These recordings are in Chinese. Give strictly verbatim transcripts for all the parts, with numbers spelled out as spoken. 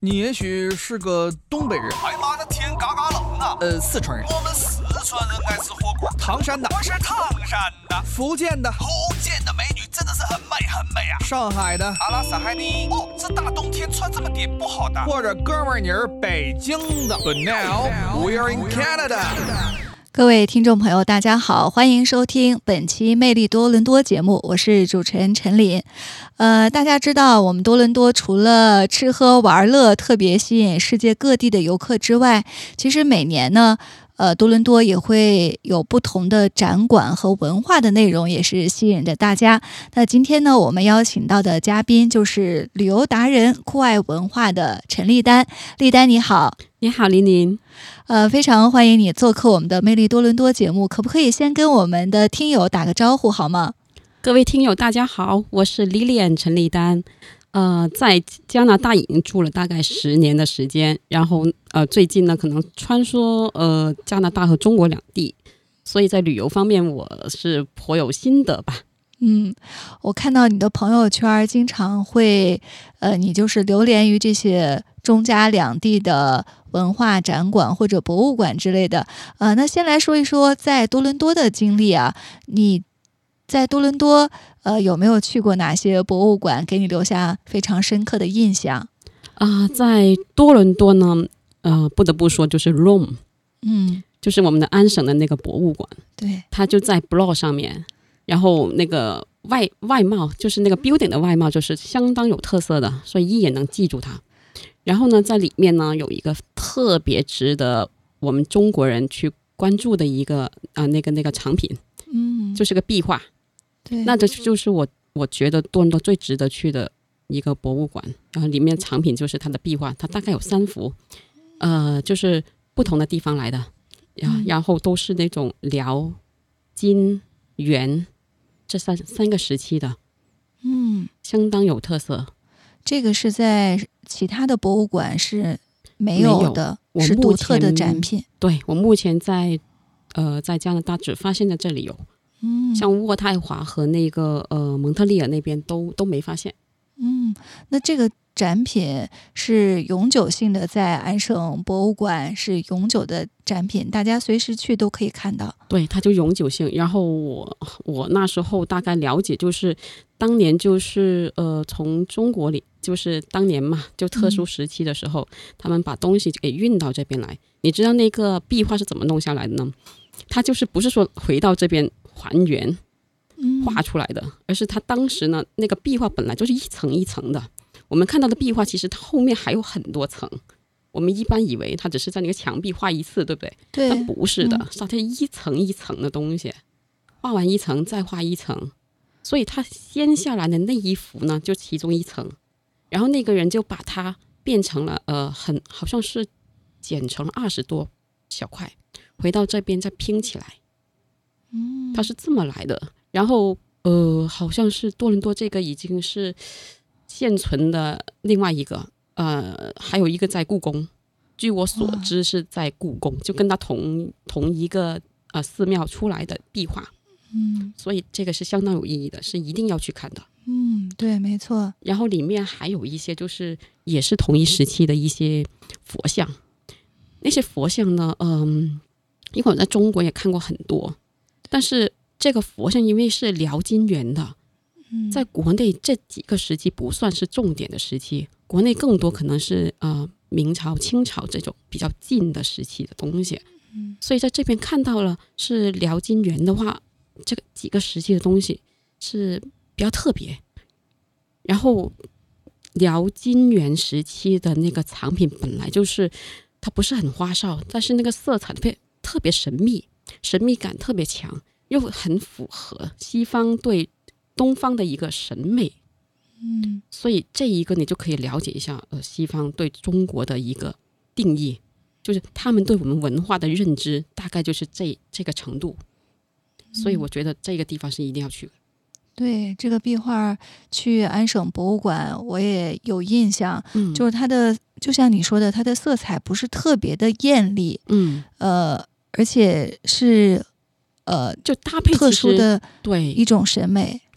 你也许是个东北人。 哎妈的天嘎嘎冷啊！ 呃，四川人。 我们四川人爱吃火锅。 唐山的。 我是唐山的。 福建的。 福建的美女真的是很美很美啊。 上海的。 阿拉斯海尼。哦，这大冬天穿这么点不好的。 或者哥们儿你是北京的。But now we're in Canada。 各位听众朋友大家好，欢迎收听本期魅力多伦多节目，我是主持人陈琳。呃，大家知道我们多伦多除了吃喝玩乐特别吸引世界各地的游客之外，其实每年呢呃，多伦多也会有不同的展馆和文化的内容，也是吸引着大家。那今天呢，我们邀请到的嘉宾就是旅游达人、酷爱文化的陈丽丹。丽丹你好。 你好，琳琳。 呃，非常欢迎你做客我们的魅力多伦多节目，可不可以先跟我们的听友打个招呼好吗？ 各位听友大家好，我是 Lilian 陈丽丹。呃，在加拿大已经住了大概十年的时间，然后呃，最近呢可能穿梭呃加拿大和中国两地，所以在旅游方面我是颇有心得吧。 嗯，我看到你的朋友圈经常会呃，你就是流连于这些中加两地的文化展馆或者博物馆之类的。呃，那先来说一说在多伦多的经历啊，你在多伦多呃有没有去过哪些博物馆给你留下非常深刻的印象啊、呃？在多伦多呢，呃，不得不说就是 R O M， 嗯， 就是我们的安省的那个博物馆， 对， 它就在 Bloor 上面，然后那个外外貌就是那个 building 的外貌就是相当有特色的，所以一眼能记住它。然后呢，在里面呢有一个特别值得我们中国人去关注的一个啊、呃、那个那个藏品， 嗯， 就是个壁画。 对， 那这就是我我觉得多伦多最值得去的一个博物馆。然后里面藏品就是它的壁画，它大概有三幅，呃，就是不同的地方来的，然然后都是那种辽、金、元这三三个时期的， 嗯， 相当有特色。 这个是在其他的博物馆是没有的， 没有， 是独特的展品。 对，我目前在呃在加拿大只发现在这里有， 嗯， 像渥太华和那个呃蒙特利尔那边都都没发现。 嗯，那这个展品是永久性的，在安省博物馆是永久的展品，大家随时去都可以看到。 对，它就永久性。然后我我那时候大概了解，就是当年就是呃从中国里，就是当年嘛，就特殊时期的时候，嗯、他们把东西给运到这边来。你知道那个壁画是怎么弄下来的呢？它就是不是说回到这边还原画出来的，嗯、而是它当时呢那个壁画本来就是一层一层的。我们看到的壁画其实它后面还有很多层，我们一般以为它只是在那个墙壁画一次，对不对？ 对， 但不是的， 嗯、 是它一层一层的东西，画完一层再画一层，所以它掀下来的那一幅呢，就其中一层，然后那个人就把它变成了呃，很好像是剪成了二十多小块，回到这边再拼起来， 嗯， 它是这么来的。然后呃，好像是多伦多这个已经是现存的另外一个，呃，还有一个在故宫，据我所知是在故宫，就跟它同同一个呃寺庙出来的壁画， 嗯， 所以这个是相当有意义的，是一定要去看的。 嗯，对，没错。 然后里面还有一些就是也是同一时期的一些佛像，那些佛像呢，嗯，因为我在中国也看过很多，但是这个佛像因为是辽金元的。在国内这几个时期不算是重点的时期，国内更多可能是呃明朝、清朝这种比较近的时期的东西，嗯、所以在这边看到了是辽金元的话，这个几个时期的东西是比较特别。然后辽金元时期的那个藏品本来就是它不是很花哨，但是那个色彩特别特别神秘，神秘感特别强，又很符合西方对东方的一个审美， 嗯， 所以这一个你就可以了解一下，呃，西方对中国的一个定义，就是他们对我们文化的认知大概就是这这个程度，所以我觉得这个地方是一定要去的。 对，这个壁画去安省博物馆我也有印象， 嗯， 就是它的就像你说的，它的色彩不是特别的艳丽， 嗯， 呃，而且是呃就搭配特殊的对一种审美。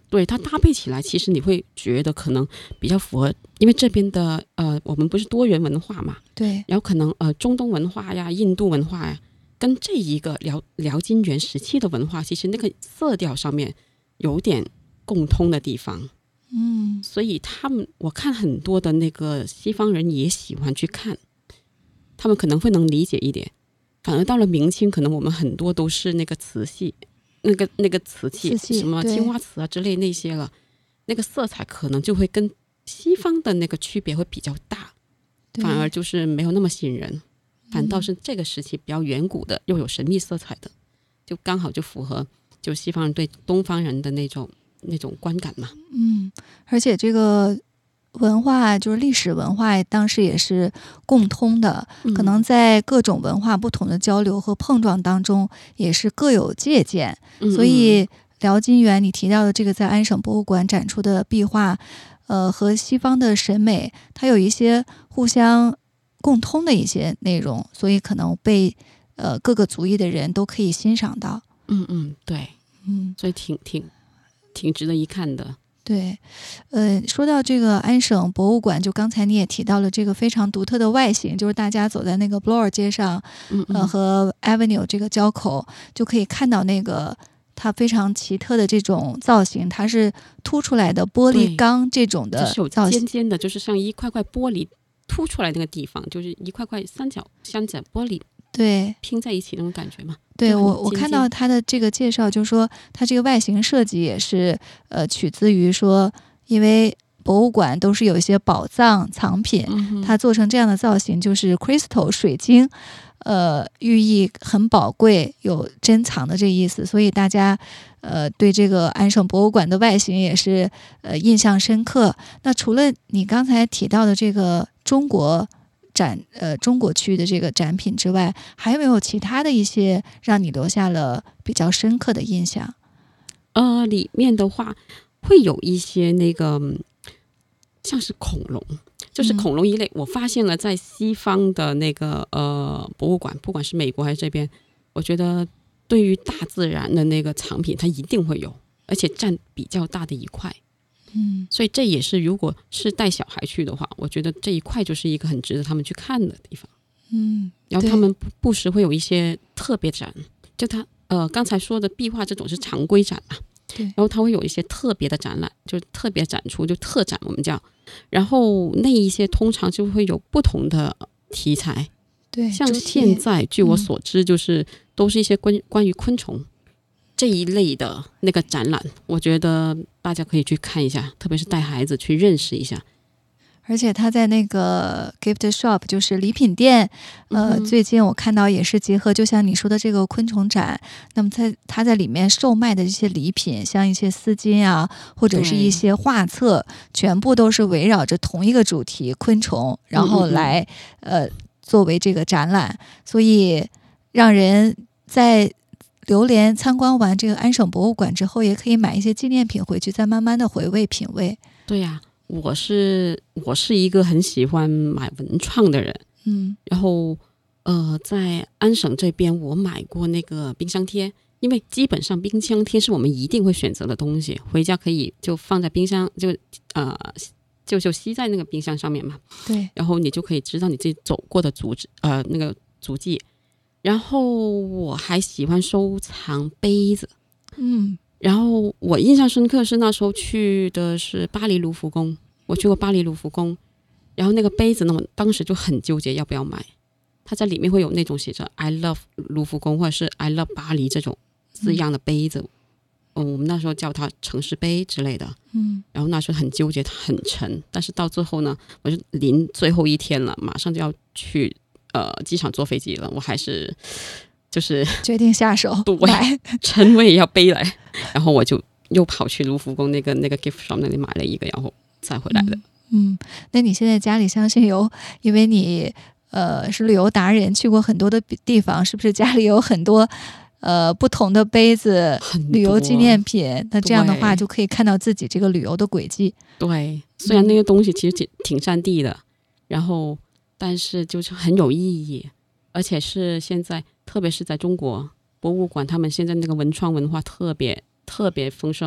对，它搭配起来，其实你会觉得可能比较符合，因为这边的呃，我们不是多元文化嘛， 对， 然后可能呃，中东文化呀、印度文化呀，跟这一个辽辽金元时期的文化，其实那个色调上面有点共通的地方。 嗯， 所以他们我看很多的那个西方人也喜欢去看，他们可能会能理解一点。反而到了明清，可能我们很多都是那个瓷器。那个那个瓷器， 瓷器什么青花瓷啊之类那些了，那个色彩可能就会跟西方的那个区别会比较大，反而就是没有那么吸引人，反倒是这个时期比较远古的又有神秘色彩的，就刚好就符合就西方人对东方人的那种那种观感嘛。 嗯，而且这个文化就是历史文化当时也是共通的， 嗯、 可能在各种文化不同的交流和碰撞当中也是各有借鉴、 嗯、 所以辽金元你提到的这个在安省博物馆展出的壁画呃，和西方的审美它有一些互相共通的一些内容，所以可能被呃各个族裔的人都可以欣赏到。 嗯嗯，对， 嗯， 所以挺挺挺值得一看的。 对，呃，说到这个安省博物馆，就刚才你也提到了这个非常独特的外形，就是大家走在那个 Bloor 街上， 嗯嗯呃，和 Avenue 这个交口，就可以看到那个它非常奇特的这种造型，它是凸出来的玻璃钢这种的造型， 就是有尖尖的，就是像一块块玻璃凸出来那个地方，就是一块块三角三角玻璃。 对， 拼在一起那种感觉嘛。 对，我我看到他的这个介绍，就是说他这个外形设计也是呃取自于说，因为博物馆都是有一些宝藏藏品， 嗯、 它做成这样的造型，就是 crystal 水晶，呃，寓意很宝贵，有珍藏的这意思，所以大家呃对这个安省博物馆的外形也是呃印象深刻。那除了你刚才提到的这个中国展呃中国区的这个展品之外，还有没有其他的一些让你留下了比较深刻的印象？ 呃，里面的话会有一些那个像是恐龙，就是恐龙一类。嗯、我发现了在西方的那个呃博物馆，不管是美国还是这边，我觉得对于大自然的那个藏品，它一定会有，而且占比较大的一块。 嗯， 所以这也是如果是带小孩去的话，我觉得这一块就是一个很值得他们去看的地方。 嗯， 然后他们不时会有一些特别展，就他呃刚才说的壁画这种是常规展嘛， 对， 然后他会有一些特别的展览，就特别展出，就特展我们叫，然后那一些通常就会有不同的题材， 对， 像现在据我所知，就是都是一些关关于昆虫。这一类的那个展览，我觉得大家可以去看一下，特别是带孩子去认识一下。 而且他在那个 gift shop 就是礼品店，呃， 嗯、 最近我看到也是结合，就像你说的这个昆虫展，那么在他在里面售卖的这些礼品，像一些丝巾啊，或者是一些画册，全部都是围绕着同一个主题昆虫，然后来嗯嗯呃作为这个展览，所以让人在流连参观完这个安省博物馆之后，也可以买一些纪念品回去，再慢慢的回味品味。 对呀、啊，我是我是一个很喜欢买文创的人， 嗯， 然后呃，在安省这边我买过那个冰箱贴，因为基本上冰箱贴是我们一定会选择的东西，回家可以就放在冰箱，就呃就就吸在那个冰箱上面嘛。 对， 然后你就可以知道你自己走过的足迹，呃那个足迹。然后我还喜欢收藏杯子， 嗯， 然后我印象深刻是那时候去的是巴黎卢浮宫，我去过巴黎卢浮宫，然后那个杯子呢，我当时就很纠结要不要买，它在里面会有那种写着 I love 卢浮宫或者是 I love 巴黎这种字样的杯子，嗯、呃，我们那时候叫它城市杯之类的， 嗯， 然后那时候很纠结，它很沉，但是到最后呢，我就临最后一天了，马上就要去呃机场坐飞机了，我还是就是决定下手买，沉我也要背来，然后我就又跑去卢浮宫那个那个 gift shop 那里买了一个，然后再回来的。 嗯，嗯，那你现在家里相信有，因为你呃是旅游达人，去过很多的地方，是不是家里有很多呃不同的杯子、旅游纪念品？那这样的话就可以看到自己这个旅游的轨迹。 对，虽然那些东西其实挺挺占地的，然后但是就是很有意义，而且是现在特别是在中国博物馆，他们现在那个文创文化特别特别丰盛，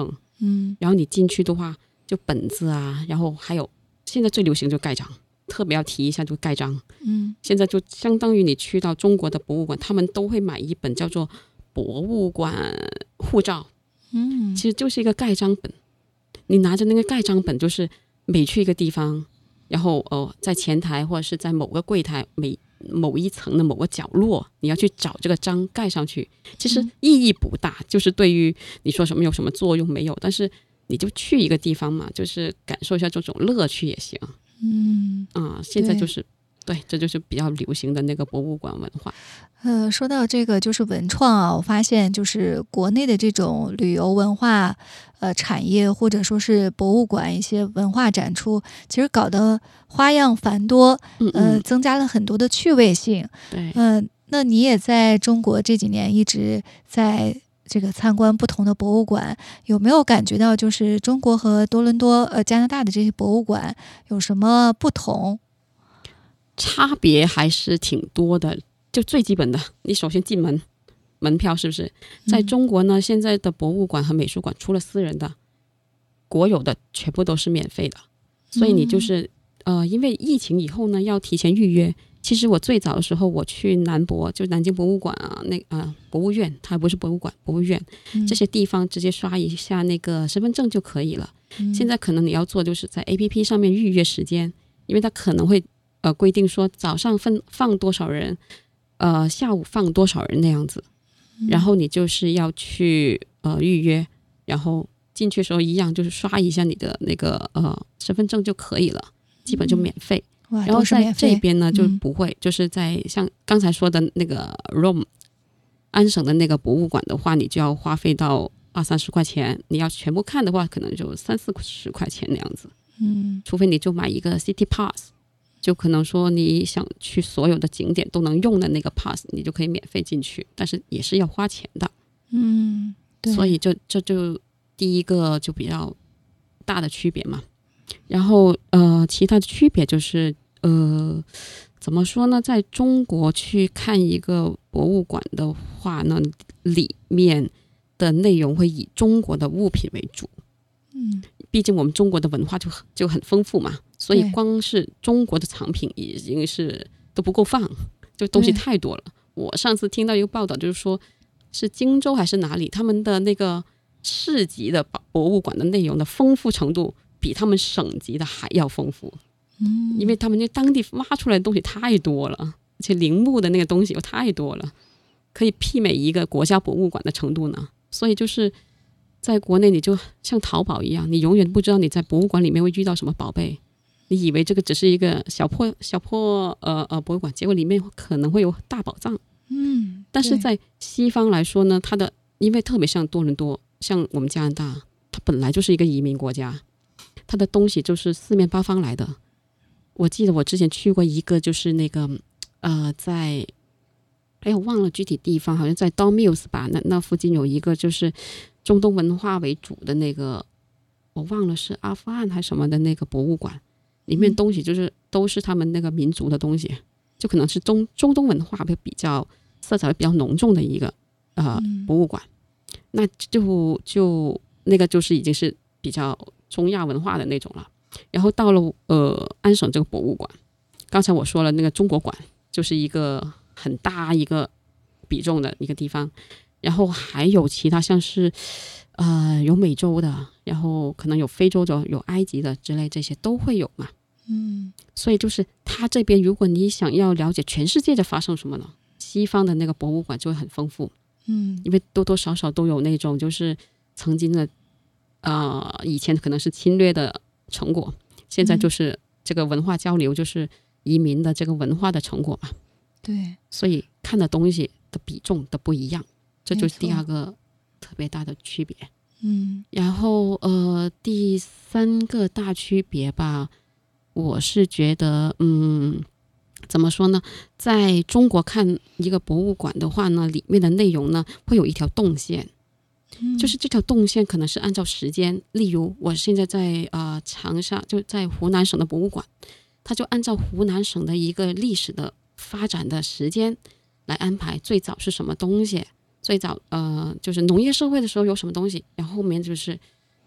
嗯， 然后你进去的话，就本子啊，然后还有现在最流行就盖章，特别要提一下就盖章。 嗯， 现在就相当于你去到中国的博物馆，他们都会买一本叫做博物馆护照， 嗯， 其实就是一个盖章本。你拿着那个盖章本，就是每去一个地方，然后呃，在前台或者是在某个柜台每某一层的某个角落，你要去找这个章盖上去。其实意义不大，就是对于你说什么有什么作用没有，但是你就去一个地方嘛，就是感受一下这种乐趣也行。 嗯， 啊、现在就是对，这就是比较流行的那个博物馆文化。 呃，说到这个就是文创啊，我发现就是国内的这种旅游文化呃产业，或者说是博物馆一些文化展出，其实搞得花样繁多， 嗯呃， 嗯， 增加了很多的趣味性。 对， 嗯、呃，那你也在中国这几年一直在这个参观不同的博物馆，有没有感觉到就是中国和多伦多呃加拿大的这些博物馆有什么不同？ 差别还是挺多的。就最基本的，你首先进门门票是不是？在中国呢，现在的博物馆和美术馆除了私人的，国有的全部都是免费的。所以你就是呃，因为疫情以后呢，要提前预约。其实我最早的时候，我去南博，就南京博物馆啊，那啊、呃、博物院，它不是博物馆，博物院、 嗯、 这些地方直接刷一下那个身份证就可以了。 嗯、 现在可能你要做就是在 A P P 上面预约时间，因为它可能会呃规定说早上分放多少人，呃下午放多少人那样子，然后你就是要去呃预约，然后进去的时候一样就是刷一下你的那个呃身份证就可以了，基本就免费。 哇， 然后在这边呢就嗯不会，就是在像刚才说的那个 Rome 安省的那个博物馆的话，你就要花费到二三十块钱，你要全部看的话可能就三四十块钱那样子。 嗯， 除非你就买一个 City Pass， 就可能说你想去所有的景点都能用的那个 Pass， 你就可以免费进去，但是也是要花钱的。 嗯，对， 所以这这就第一个就比较大的区别嘛。然后呃，其他的区别就是呃，怎么说呢？在中国去看一个博物馆的话呢，里面的内容会以中国的物品为主。 嗯， 毕竟我们中国的文化就很就很丰富嘛，所以光是中国的藏品已经是都不够放，就东西太多了。我上次听到一个报道，就是说是荆州还是哪里，他们的那个市级的博物馆的内容的丰富程度比他们省级的还要丰富。 嗯， 因为他们那当地挖出来的东西太多了，而且陵墓的那个东西又太多了，可以媲美一个国家博物馆的程度呢。所以就是在国内，你就像淘宝一样，你永远不知道你在博物馆里面会遇到什么宝贝。你以为这个只是一个小破小破呃呃博物馆，结果里面可能会有大宝藏。 嗯， 但是在西方来说呢，它的因为特别像多伦多，像我们加拿大，它本来就是一个移民国家，它的东西就是四面八方来的。我记得我之前去过一个，就是那个呃，在哎我忘了具体地方，好像在 Don Mills 吧，那那附近有一个就是中东文化为主的那个，我忘了是阿富汗还是什么的那个博物馆，里面东西就是都是他们那个民族的东西，就可能是中中东文化会比较色彩会比较浓重的一个呃博物馆，那就就那个就是已经是比较中亚文化的那种了。然后到了呃安省这个博物馆，刚才我说了那个中国馆就是一个很大一个比重的一个地方，然后还有其他像是呃有美洲的，然后可能有非洲的，有埃及的之类，这些都会有嘛。 嗯， 所以就是他这边如果你想要了解全世界在发生什么呢，西方的那个博物馆就会很丰富。 嗯， 因为多多少少都有那种就是曾经的呃以前可能是侵略的成果，现在就是这个文化交流，就是移民的这个文化的成果嘛。 对， 所以看的东西的比重的不一样，这就是第二个特别大的区别。 嗯， 然后呃第三个大区别吧，我是觉得嗯怎么说呢，在中国看一个博物馆的话呢，里面的内容呢会有一条动线，就是这条动线可能是按照时间，例如我现在在呃长沙，就在湖南省的博物馆，它就按照湖南省的一个历史的发展的时间来安排，最早是什么东西，最早呃就是农业社会的时候有什么东西，然后后面就是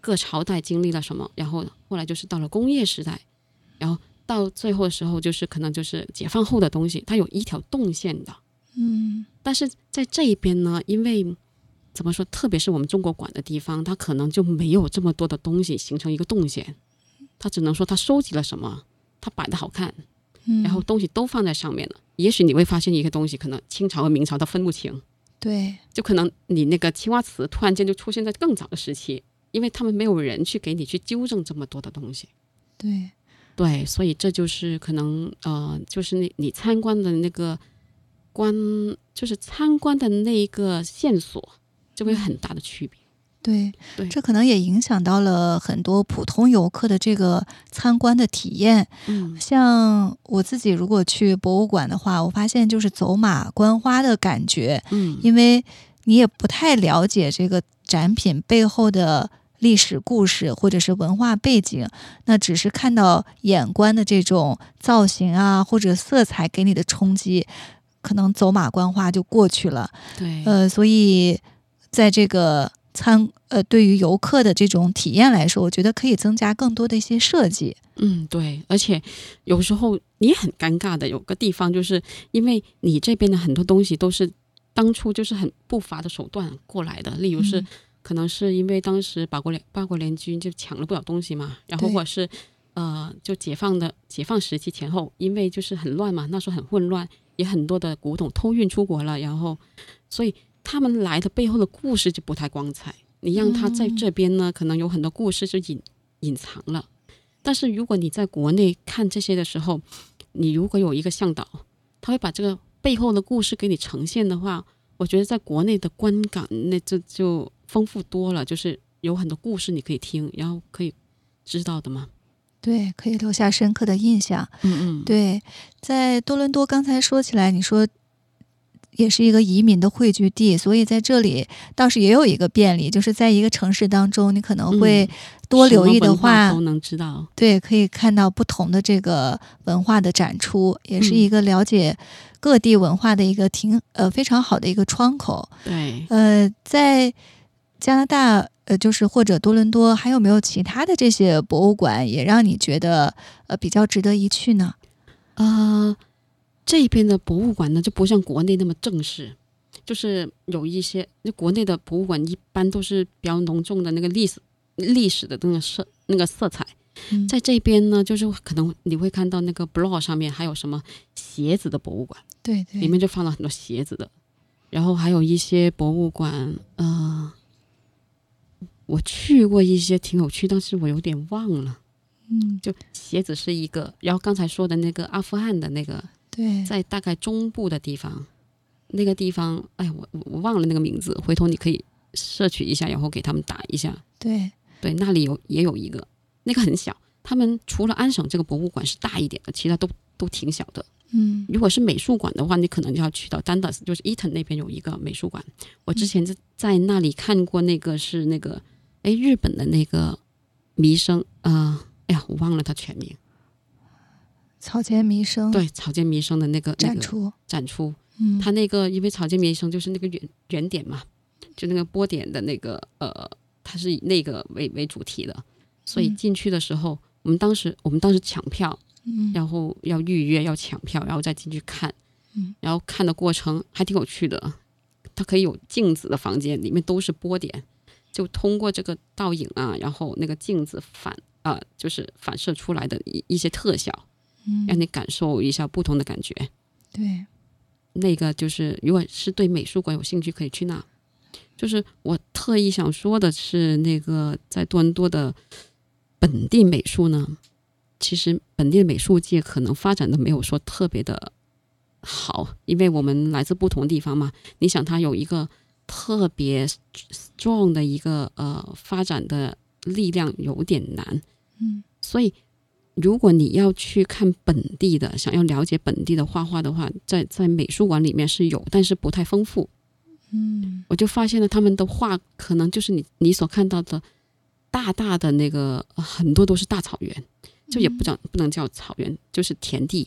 各朝代经历了什么，然后后来就是到了工业时代，然后到最后的时候就是可能就是解放后的东西，它有一条动线的。 嗯， 但是在这一边呢，因为怎么说，特别是我们中国馆的地方，它可能就没有这么多的东西形成一个动线，它只能说它收集了什么，它摆的好看，然后东西都放在上面了。也许你会发现一个东西，可能清朝和明朝它分不清， 对， 就可能你那个青花瓷突然间就出现在更早的时期，因为他们没有人去给你去纠正这么多的东西。 对对，所以这就是可能呃，就是你你参观的那个观，就是参观的那一个线索，就会有很大的区别。 对， 对， 这可能也影响到了很多普通游客的这个参观的体验。 嗯， 像我自己如果去博物馆的话，我发现就是走马观花的感觉， 嗯， 因为你也不太了解这个展品背后的历史故事或者是文化背景，那只是看到眼观的这种造型啊或者色彩给你的冲击，可能走马观花就过去了。 对， 呃，所以在这个参呃对于游客的这种体验来说，我觉得可以增加更多的一些设计。 嗯，对，而且有时候你很尴尬的，有个地方就是因为你这边的很多东西都是当初就是很不法的手段过来的，例如是、嗯、可能是因为当时八国联八国联军就抢了不少东西嘛，然后或者是呃就解放的解放时期前后，因为就是很乱嘛，那时候很混乱，也很多的古董偷运出国了，然后所以他们来的背后的故事就不太光彩，你让他在这边呢、嗯、可能有很多故事就隐隐藏了。但是如果你在国内看这些的时候，你如果有一个向导，他会把这个背后的故事给你呈现的话，我觉得在国内的观感那这就丰富多了，就是有很多故事你可以听，然后可以知道的嘛。 对，可以留下深刻的印象。 嗯嗯， 对，在多伦多刚才说起来，你说也是一个移民的汇聚地，所以在这里倒是也有一个便利，就是在一个城市当中，你可能会多留意的话， 嗯、都能知道。 对，可以看到不同的这个文化的展出，也是一个了解各地文化的一个挺呃非常好的一个窗口。 对， 呃，在加拿大呃，就是或者多伦多，还有没有其他的这些博物馆也让你觉得呃比较值得一去呢？ 呃。这边的博物馆呢就不像国内那么正式，就是有一些国内的博物馆一般都是比较浓重的那个历史历史的那个色那个色彩、嗯、在这边呢就是可能你会看到那个 blog 上面还有什么鞋子的博物馆， 对对， 里面就放了很多鞋子的，然后还有一些博物馆呃，我去过一些挺有趣，但是我有点忘了， 嗯， 就鞋子是一个，然后刚才说的那个阿富汗的那个， 对， 在大概中部的地方，那个地方，哎，我我忘了那个名字，回头你可以摄取一下，然后给他们打一下。 对对，那里有也有一个，那个很小。他们除了安省这个博物馆是大一点的，其他都都挺小的。 嗯， 如果是美术馆的话，你可能就要去到丹达斯，就是 Eaton 那边有一个美术馆。我之前在在那里看过，那个是那个哎日本的那个弥生啊、呃，哎呀，我忘了他全名。 草间弥生， 对，草间弥生的那个展出、那个、展出， 嗯， 他那个因为草间弥生就是那个原原点嘛，就那个波点的那个呃，它是以那个为为主题的，所以进去的时候，嗯、我们当时我们当时抢票， 嗯， 然后要预约要抢票，然后再进去看， 嗯， 然后看的过程还挺有趣的，它可以有镜子的房间，里面都是波点，就通过这个倒影啊，然后那个镜子反啊、呃，就是反射出来的一一些特效。让你感受一下不同的感觉。 对， 那个就是如果是对美术馆有兴趣可以去那。就是我特意想说的是，那个在多伦多的本地美术呢，其实本地的美术界可能发展的没有说特别的好，因为我们来自不同地方嘛。你想它有一个特别 strong 的一个呃发展的力量有点难， 嗯， 所以如果你要去看本地的，想要了解本地的画画的话，在在美术馆里面是有，但是不太丰富。 嗯， 我就发现了他们的画可能就是你你所看到的大大的那个、呃、很多都是大草原，就也不讲不能叫草原，就是田地，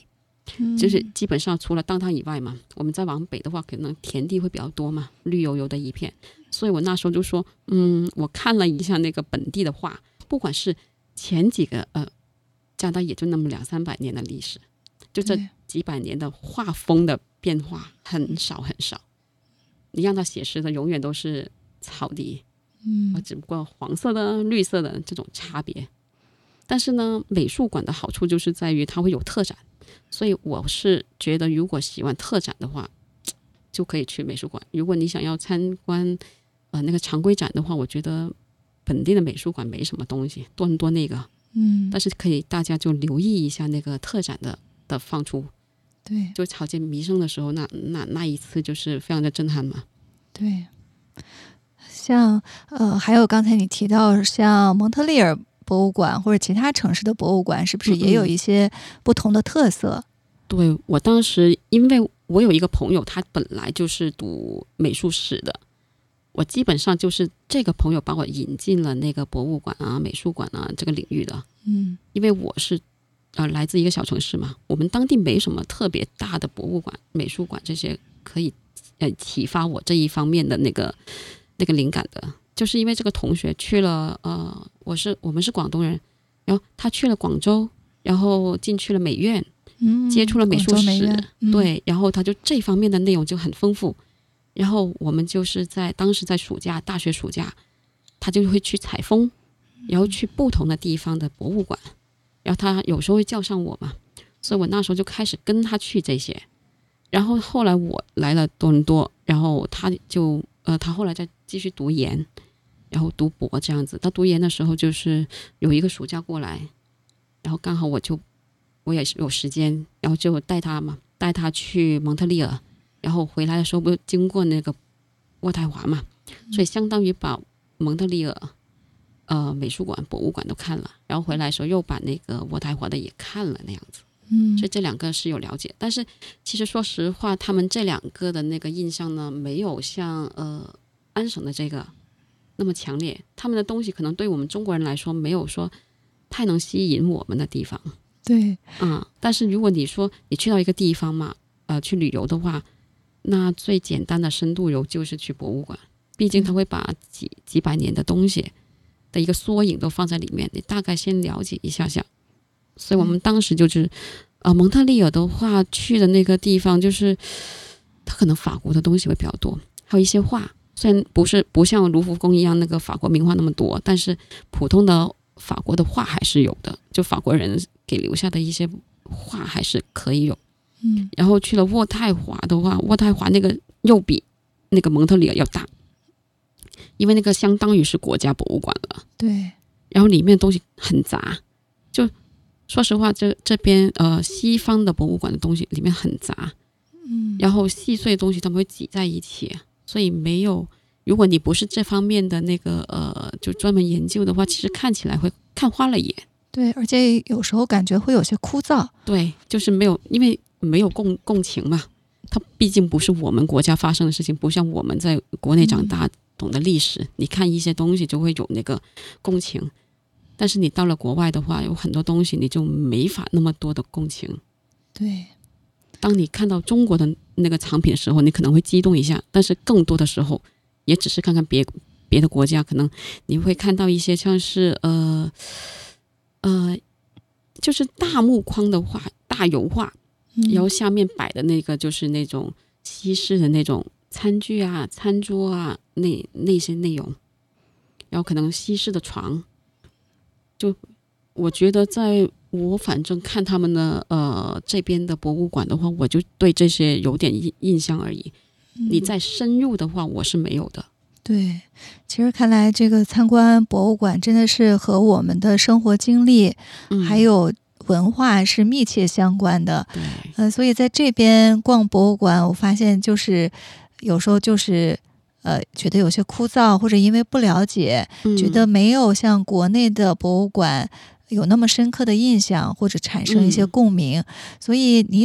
嗯、 就是基本上除了当趟以外嘛，我们再往北的话，可能田地会比较多嘛，绿油油的一片。所以我那时候就说，嗯，我看了一下那个本地的画，不管是前几个呃，加拿大也就那么两三百年的历史，就这几百年的画风的变化很少很少。你让他写实的，永远都是草地， 嗯， 只不过黄色的、绿色的这种差别。但是呢，美术馆的好处就是在于它会有特展，所以我是觉得，如果喜欢特展的话，就可以去美术馆。如果你想要参观呃那个常规展的话，我觉得本地的美术馆没什么东西，多伦多那个， 嗯， 但是可以大家就留意一下那个特展的的放出。 对， 就草间弥生的时候，那那那一次就是非常的震撼嘛。 对，像呃，还有刚才你提到像蒙特利尔博物馆或者其他城市的博物馆，是不是也有一些不同的特色？ 嗯嗯对，我当时因为我有一个朋友，他本来就是读美术史的，我基本上就是这个朋友把我引进了那个博物馆啊、美术馆啊这个领域的。 嗯， 因为我是呃来自一个小城市嘛，我们当地没什么特别大的博物馆、美术馆这些可以呃启发我这一方面的那个那个灵感的。就是因为这个同学去了呃，我是我们是广东人，然后他去了广州，然后进去了美院。 嗯， 接触了美术史， 嗯、 对，然后他就这方面的内容就很丰富。然后我们就是在当时在暑假，大学暑假，他就会去采风，然后去不同的地方的博物馆，然后他有时候会叫上我嘛，所以我那时候就开始跟他去这些。然后后来我来了多伦多，然后他就呃，他后来再继续读研，然后读博这样子。他读研的时候就是有一个暑假过来，然后刚好我就。我也是有时间，然后就带他嘛，带他去蒙特利尔，然后回来的时候不经过那个渥太华嘛，所以相当于把蒙特利尔呃美术馆、博物馆都看了，然后回来的时候又把那个渥太华的也看了那样子。 嗯， 所以这两个是有了解，但是其实说实话，他们这两个的那个印象呢，没有像呃安省的这个那么强烈。他们的东西可能对我们中国人来说，没有说太能吸引我们的地方。 对， 嗯，但是如果你说你去到一个地方嘛，呃，去旅游的话，那最简单的深度游就是去博物馆，毕竟他会把几几百年的东西的一个缩影都放在里面，你大概先了解一下下。所以我们当时就是，呃，蒙特利尔的话去的那个地方，就是它可能法国的东西会比较多，还有一些画，虽然不是不像卢浮宫一样那个法国名画那么多，但是普通的法国的画还是有的，就法国人给留下的一些画还是可以有。 嗯， 然后去了渥太华的话，渥太华那个又比那个蒙特利尔要大，因为那个相当于是国家博物馆了。 对， 然后里面的东西很杂，就说实话，这这边呃西方的博物馆的东西里面很杂， 嗯， 然后细碎的东西他们会挤在一起，所以没有。如果你不是这方面的那个呃，就专门研究的话，其实看起来会看花了眼。 对，而且有时候感觉会有些枯燥。 对，就是没有，因为没有共共情嘛。它毕竟不是我们国家发生的事情，不像我们在国内长大，懂得历史，你看一些东西就会有那个共情。但是你到了国外的话，有很多东西你就没法那么多的共情。 对， 当你看到中国的那个藏品的时候，你可能会激动一下，但是更多的时候，也只是看看别别的国家，可能你会看到一些像是呃呃，就是大木框的画、大油画， 嗯、 然后下面摆的那个就是那种西式的那种餐具啊、餐桌啊，那那些内容，然后可能西式的床，就我觉得在我反正看他们的呃这边的博物馆的话，我就对这些有点印印象而已。你再深入的话，我是没有的。 对，其实看来这个参观博物馆真的是和我们的生活经历、嗯、还有文化是密切相关的。 对， 呃，所以在这边逛博物馆，我发现就是有时候就是呃觉得有些枯燥，或者因为不了解、嗯、觉得没有像国内的博物馆有那么深刻的印象，或者产生一些共鸣、嗯、所以你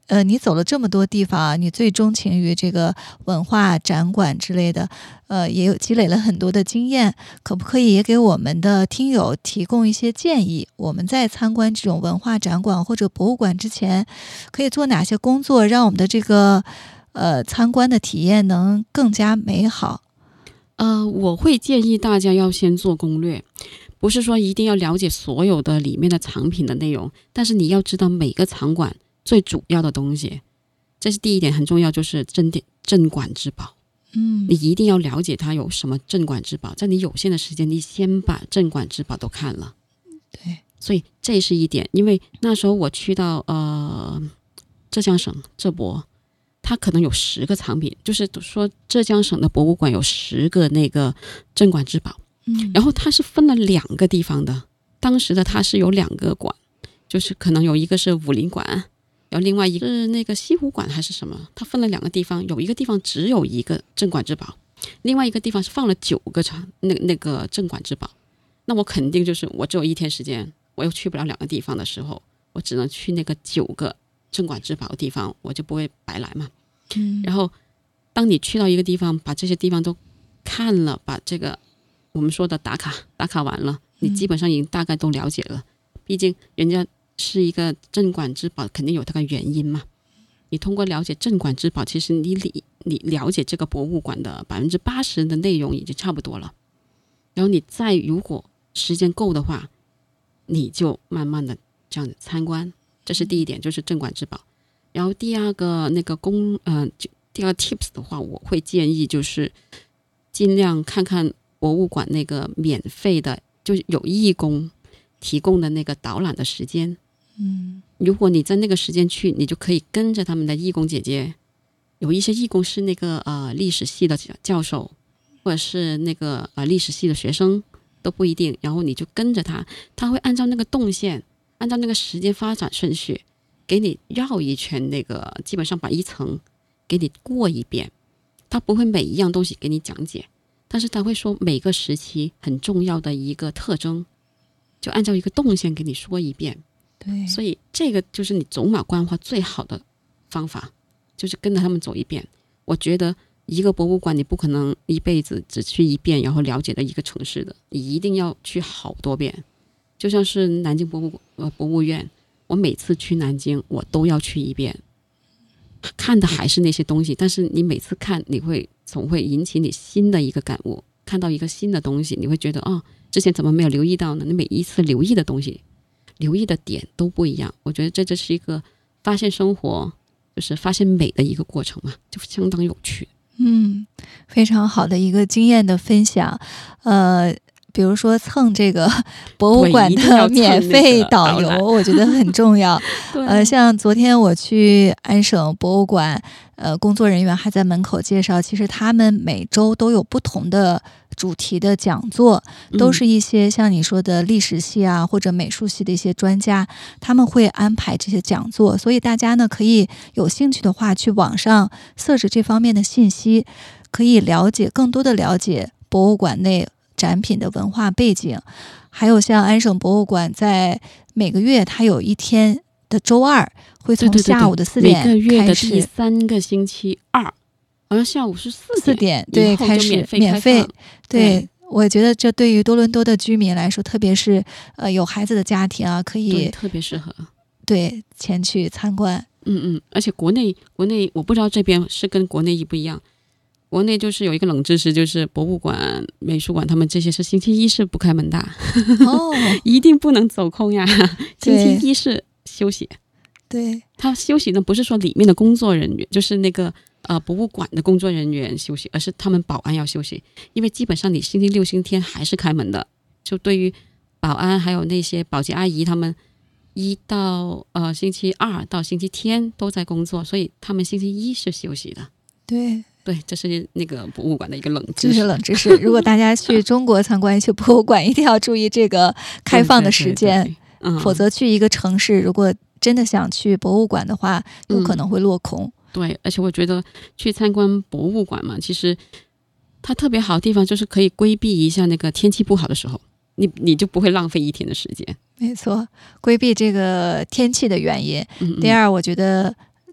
呃，你走了这么多地方啊，你最钟情于这个文化展馆之类的，呃，也有积累了很多的经验，可不可以也给我们的听友提供一些建议？我们在参观这种文化展馆或者博物馆之前，可以做哪些工作，让我们的这个呃参观的体验能更加美好？ 呃，我会建议大家要先做攻略，不是说一定要了解所有的里面的藏品的内容，但是你要知道每个场馆最主要的东西，这是第一点很重要，就是镇店镇馆之宝。 嗯， 你一定要了解它有什么镇馆之宝，在你有限的时间，你先把镇馆之宝都看了。 对， 所以这是一点，因为那时候我去到呃浙江省浙博，它可能有十个藏品，就是说浙江省的博物馆有十个那个镇馆之宝。 嗯， 然后它是分了两个地方的，当时的它是有两个馆，就是可能有一个是武林馆，然后另外一个是那个西湖馆还是什么，它分了两个地方，有一个地方只有一个镇馆之宝，另外一个地方是放了九个场那那个镇馆之宝。那我肯定就是我只有一天时间，我又去不了两个地方的时候，我只能去那个九个镇馆之宝的地方，我就不会白来嘛。 嗯， 然后当你去到一个地方，把这些地方都看了，把这个我们说的打卡打卡完了，你基本上已经大概都了解了。毕竟人家是一个镇馆之宝，肯定有它的原因嘛。你通过了解镇馆之宝，其实你理你了解这个博物馆的百分之八十的内容已经差不多了。然后你再如果时间够的话，你就慢慢的这样子参观，这是第一点，就是镇馆之宝。然后第二个那个公呃，第二个 tips 的话，我会建议就是尽量看看博物馆那个免费的，就是有义工提供的那个导览的时间。 嗯， 如果你在那个时间去，你就可以跟着他们的义工姐姐，有一些义工是那个呃历史系的教授，或者是那个呃历史系的学生都不一定，然后你就跟着他，他会按照那个动线，按照那个时间发展顺序，给你绕一圈，那个基本上把一层给你过一遍。他不会每一样东西给你讲解，但是他会说每个时期很重要的一个特征，就按照一个动线给你说一遍。 对， 所以这个就是你走马观花最好的方法，就是跟着他们走一遍。我觉得一个博物馆你不可能一辈子只去一遍然后了解了一个城市的，你一定要去好多遍。就像是南京博物呃博物院，我每次去南京我都要去一遍，看的还是那些东西，但是你每次看你会总会引起你新的一个感悟，看到一个新的东西，你会觉得哦，之前怎么没有留意到呢？你每一次留意的东西留意的点都不一样。我觉得这就是一个发现生活就是发现美的一个过程嘛，就相当有趣。 嗯，非常好的一个经验的分享。呃，比如说蹭这个博物馆的免费导游，我觉得很重要。呃，像昨天我去安省博物馆，呃，工作人员还在门口介绍，其实他们每周都有不同的主题的讲座，都是一些像你说的历史系啊或者美术系的一些专家，他们会安排这些讲座，所以大家呢可以有兴趣的话去网上search这方面的信息，可以了解更多的了解博物馆内展品的文化背景。还有像安省博物馆在每个月它有一天的周二会从下午的四点开始， 每个月的第三个星期二好像下午是四四点对开始免费。对，我觉得这对于多伦多的居民来说，特别是呃有孩子的家庭啊，可以特别适合对前去参观。 嗯嗯，而且国内国内我不知道这边是跟国内一不一样。国内就是有一个冷知识，就是博物馆、美术馆他们这些是星期一是不开门的哦， 一定不能走空呀。星期一是休息。 对， 他休息呢不是说里面的工作人员，就是那个呃博物馆的工作人员休息，而是他们保安要休息，因为基本上你星期六、星期天还是开门的。就对于保安还有那些保洁阿姨，他们一到呃星期二到星期天都在工作，所以他们星期一是休息的。 对。 对，这是那个博物馆的一个冷知识。 这是冷知识。如果大家去中国参观一些博物馆，一定要注意这个开放的时间， 对对对对、嗯、 否则去一个城市，如果真的想去博物馆的话，有可能会落空。 嗯、对，而且我觉得去参观博物馆嘛，其实它特别好的地方就是可以规避一下那个天气不好的时候，你你就不会浪费一天的时间。 没错，规避这个天气的原因。 嗯嗯， 第二，我觉得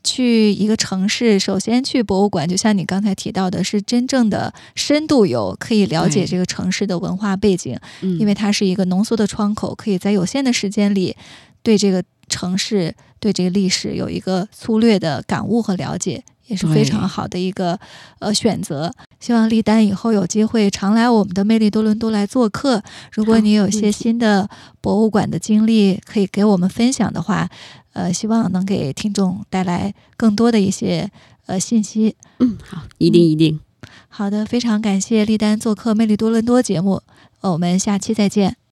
去一个城市，首先去博物馆，就像你刚才提到的，是真正的深度游，可以了解这个城市的文化背景，因为它是一个浓缩的窗口，可以在有限的时间里对这个城市、对这个历史有一个粗略的感悟和了解，也是非常好的一个呃选择。希望丽丹以后有机会常来我们的魅力多伦多来做客。如果你有一些新的博物馆的经历可以给我们分享的话，呃，希望能给听众带来更多的一些呃信息。 嗯，好，一定一定。 嗯、好的，非常感谢丽丹做客魅力多伦多节目，呃我们下期再见。